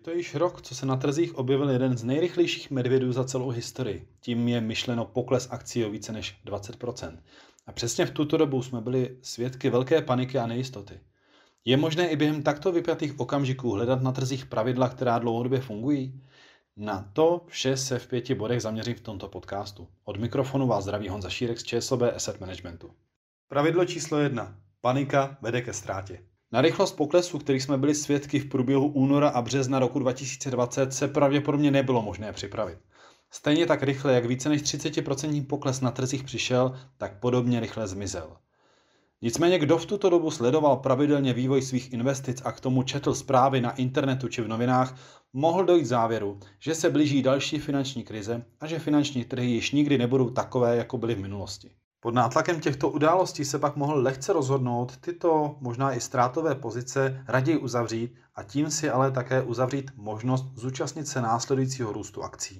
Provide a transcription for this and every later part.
to je již rok, co se na trzích objevil jeden z nejrychlejších medvědů za celou historii. Tím je myšleno pokles akcí o více než 20%. A přesně v tuto dobu jsme byli svědky velké paniky a nejistoty. Je možné i během takto vypjatých okamžiků hledat na trzích pravidla, která dlouhodobě fungují? Na to vše se v 5 bodech zaměřím v tomto podcastu. Od mikrofonu vás zdraví Honza Šírek z ČSOB Asset Managementu. Pravidlo číslo 1. Panika vede ke ztrátě. Na rychlost poklesu, který jsme byli svědky v průběhu února a března roku 2020, se pravděpodobně nebylo možné připravit. Stejně tak rychle, jak více než 30% pokles na trzích přišel, tak podobně rychle zmizel. Nicméně, kdo v tuto dobu sledoval pravidelně vývoj svých investic a k tomu četl zprávy na internetu či v novinách, mohl dojít závěru, že se blíží další finanční krize a že finanční trhy již nikdy nebudou takové, jako byly v minulosti. Pod nátlakem těchto událostí se pak mohl lehce rozhodnout tyto možná i ztrátové pozice raději uzavřít a tím si ale také uzavřít možnost zúčastnit se následujícího růstu akcí.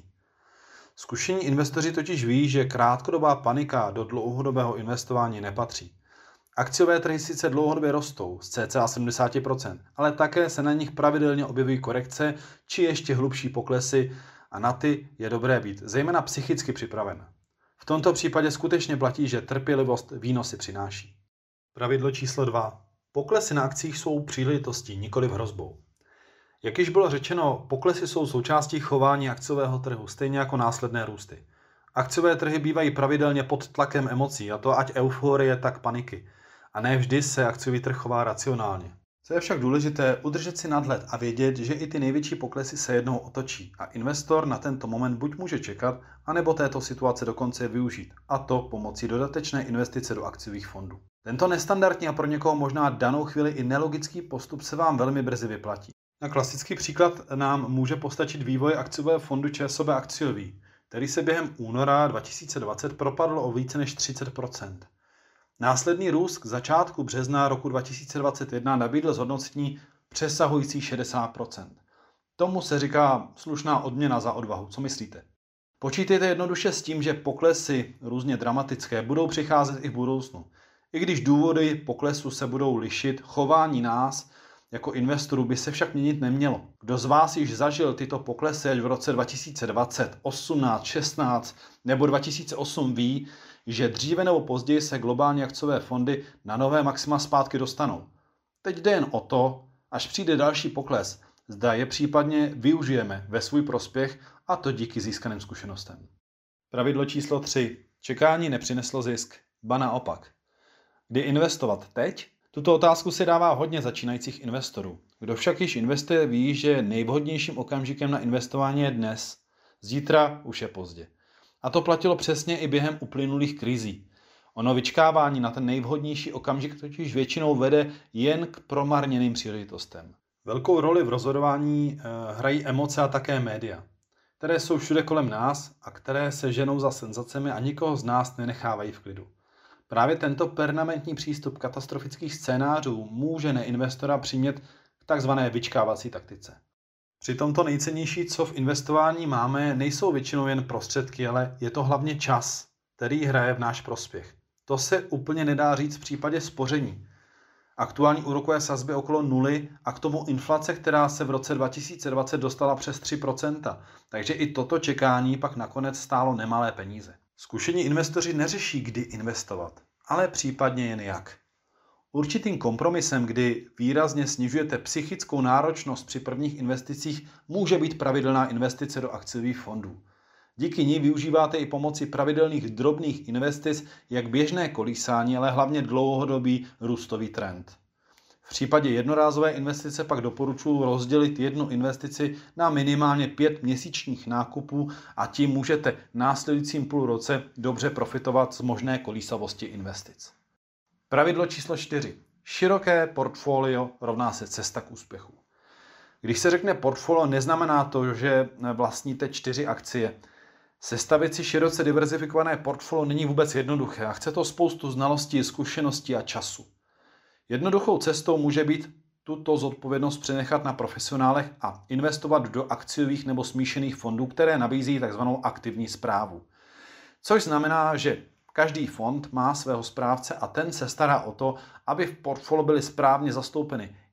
Zkušení investoři totiž ví, že krátkodobá panika do dlouhodobého investování nepatří. Akciové trhy sice dlouhodobě rostou z cca 70%, ale také se na nich pravidelně objevují korekce či ještě hlubší poklesy a na ty je dobré být zejména psychicky připraven. V tomto případě skutečně platí, že trpělivost výnosy přináší. Pravidlo číslo 2. Poklesy na akcích jsou příležitostí, nikoli hrozbou. Jak již bylo řečeno, poklesy jsou součástí chování akciového trhu, stejně jako následné růsty. Akciové trhy bývají pravidelně pod tlakem emocí, a to ať euforie, tak paniky. A ne vždy se akciový trh chová racionálně. Co je však důležité, udržet si nadhled a vědět, že i ty největší poklesy se jednou otočí a investor na tento moment buď může čekat, anebo této situace dokonce využít, a to pomocí dodatečné investice do akciových fondů. Tento nestandardní a pro někoho možná danou chvíli i nelogický postup se vám velmi brzy vyplatí. Na klasický příklad nám může postačit vývoj akciového fondu ČSOB akciový, který se během února 2020 propadl o více než 30%. Následný růst k začátku března roku 2021 nabídl zhodnocení přesahující 60%. Tomu se říká slušná odměna za odvahu. Co myslíte? Počítejte jednoduše s tím, že poklesy různě dramatické budou přicházet i v budoucnu. I když důvody poklesu se budou lišit, chování nás jako investorů by se však měnit nemělo. Kdo z vás již zažil tyto poklesy až v roce 2020, 18, 16 nebo 2008 ví, že dříve nebo později se globální akciové fondy na nové maxima zpátky dostanou. Teď jde jen o to, až přijde další pokles, zda je případně využijeme ve svůj prospěch, a to díky získaným zkušenostem. Pravidlo číslo 3. Čekání nepřineslo zisk, ba naopak. Kdy investovat teď? Tuto otázku si dává hodně začínajících investorů. Kdo však již investuje, ví, že nejvhodnějším okamžikem na investování je dnes. Zítra už je pozdě. A to platilo přesně i během uplynulých krizí. Ono vyčkávání na ten nejvhodnější okamžik totiž většinou vede jen k promarněným příležitostem. Velkou roli v rozhodování hrají emoce a také média, které jsou všude kolem nás a které se ženou za senzacemi a nikoho z nás nenechávají v klidu. Právě tento permanentní přístup katastrofických scénářů může neinvestora přimět k takzvané vyčkávací taktice. Přitom to nejcennější, co v investování máme, nejsou většinou jen prostředky, ale je to hlavně čas, který hraje v náš prospěch. To se úplně nedá říct v případě spoření. Aktuální úrokové sazby okolo nuly a k tomu inflace, která se v roce 2020 dostala přes 3%. Takže i toto čekání pak nakonec stálo nemalé peníze. Zkušení investoři neřeší, kdy investovat, ale případně jen jak. Určitým kompromisem, kdy výrazně snižujete psychickou náročnost při prvních investicích, může být pravidelná investice do akciových fondů. Díky ní využíváte i pomocí pravidelných drobných investic jak běžné kolísání, ale hlavně dlouhodobý růstový trend. V případě jednorázové investice pak doporučuji rozdělit jednu investici na minimálně 5 měsíčních nákupů a tím můžete v následujícím půl roce dobře profitovat z možné kolísavosti investic. Pravidlo číslo 4. Široké portfolio rovná se cesta k úspěchu. Když se řekne portfolio, neznamená to, že vlastníte 4 akcie. Sestavit si široce diverzifikované portfolio není vůbec jednoduché a chce to spoustu znalostí, zkušeností a času. Jednoduchou cestou může být tuto zodpovědnost přenechat na profesionálech a investovat do akciových nebo smíšených fondů, které nabízí tzv. Aktivní správu. Což znamená, že každý fond má svého správce a ten se stará o to, aby v portfoliu byly správně zastoupeny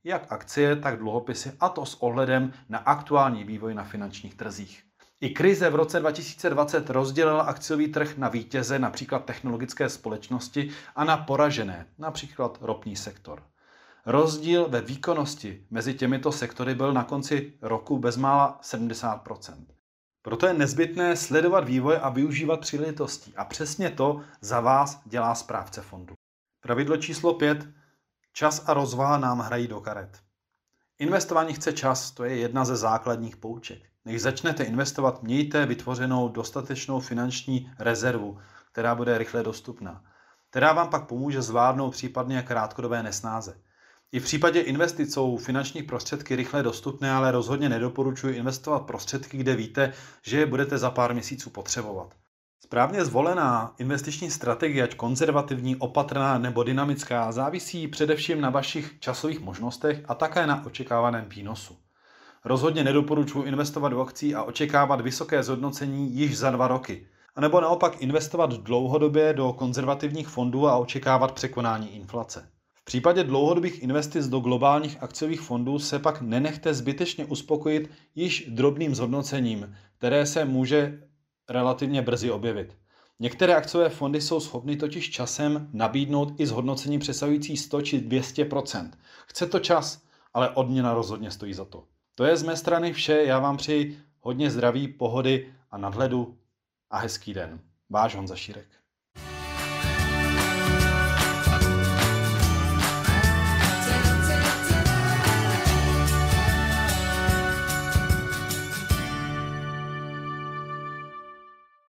jak akcie, tak dluhopisy, a to s ohledem na aktuální vývoj na finančních trzích. I krize v roce 2020 rozdělila akciový trh na vítěze, například technologické společnosti, a na poražené, například ropný sektor. Rozdíl ve výkonnosti mezi těmito sektory byl na konci roku bezmála 70%. Proto je nezbytné sledovat vývoj a využívat příležitostí. A přesně to za vás dělá správce fondu. Pravidlo číslo 5. Čas a rozvaha nám hrají do karet. Investování chce čas, to je jedna ze základních pouček. Než začnete investovat, mějte vytvořenou dostatečnou finanční rezervu, která bude rychle dostupná, která vám pak pomůže zvládnout případně krátkodobé nesnáze. I v případě investic jsou finanční prostředky rychle dostupné, ale rozhodně nedoporučuji investovat prostředky, kde víte, že je budete za pár měsíců potřebovat. Správně zvolená investiční strategie, ať konzervativní, opatrná nebo dynamická, závisí především na vašich časových možnostech a také na očekávaném výnosu. Rozhodně nedoporučuji investovat do akcí a očekávat vysoké zhodnocení již za 2 roky. A nebo naopak investovat dlouhodobě do konzervativních fondů a očekávat překonání inflace. V případě dlouhodobých investic do globálních akciových fondů se pak nenechte zbytečně uspokojit již drobným zhodnocením, které se může relativně brzy objevit. Některé akciové fondy jsou schopny totiž časem nabídnout i zhodnocení přesahující 100 či 200%. Chce to čas, ale odměna rozhodně stojí za to. To je z mé strany vše, já vám přeji hodně zdraví, pohody a nadhledu a hezký den. Váš Honza Šírek.